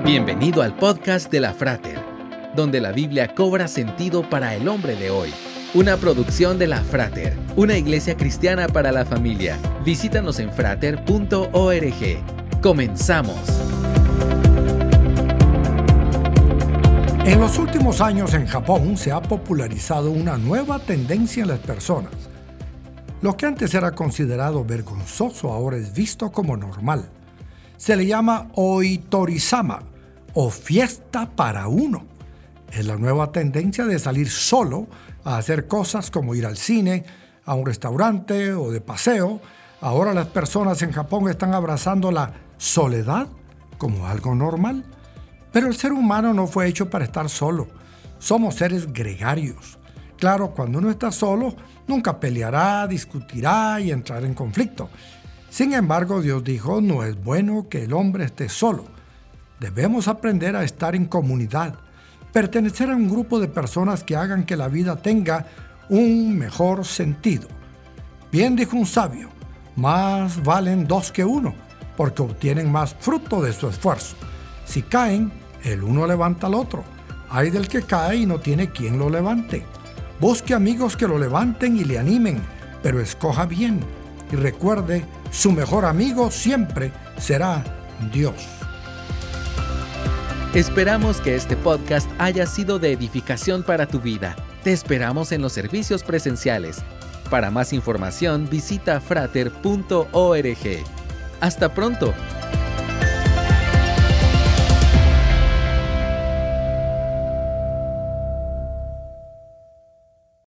Bienvenido al podcast de la Frater, donde la Biblia cobra sentido para el hombre de hoy. Una producción de la Frater, una iglesia cristiana para la familia. Visítanos en frater.org. ¡Comenzamos! En los últimos años en Japón se ha popularizado una nueva tendencia en las personas. Lo que antes era considerado vergonzoso ahora es visto como normal. Se le llama Oitorizama o fiesta para uno. Es la nueva tendencia de salir solo a hacer cosas como ir al cine, a un restaurante o de paseo. Ahora las personas en Japón están abrazando la soledad como algo normal. Pero el ser humano no fue hecho para estar solo. Somos seres gregarios. Claro, cuando uno está solo, nunca peleará, discutirá y entrará en conflicto. Sin embargo, Dios dijo, no es bueno que el hombre esté solo. Debemos aprender a estar en comunidad, pertenecer a un grupo de personas que hagan que la vida tenga un mejor sentido. Bien dijo un sabio, más valen dos que uno, porque obtienen más fruto de su esfuerzo. Si caen, el uno levanta al otro. Ay del que cae y no tiene quien lo levante. Busque amigos que lo levanten y le animen, pero escoja bien. Y recuerde, su mejor amigo siempre será Dios. Esperamos que este podcast haya sido de edificación para tu vida. Te esperamos en los servicios presenciales. Para más información, visita frater.org. ¡Hasta pronto!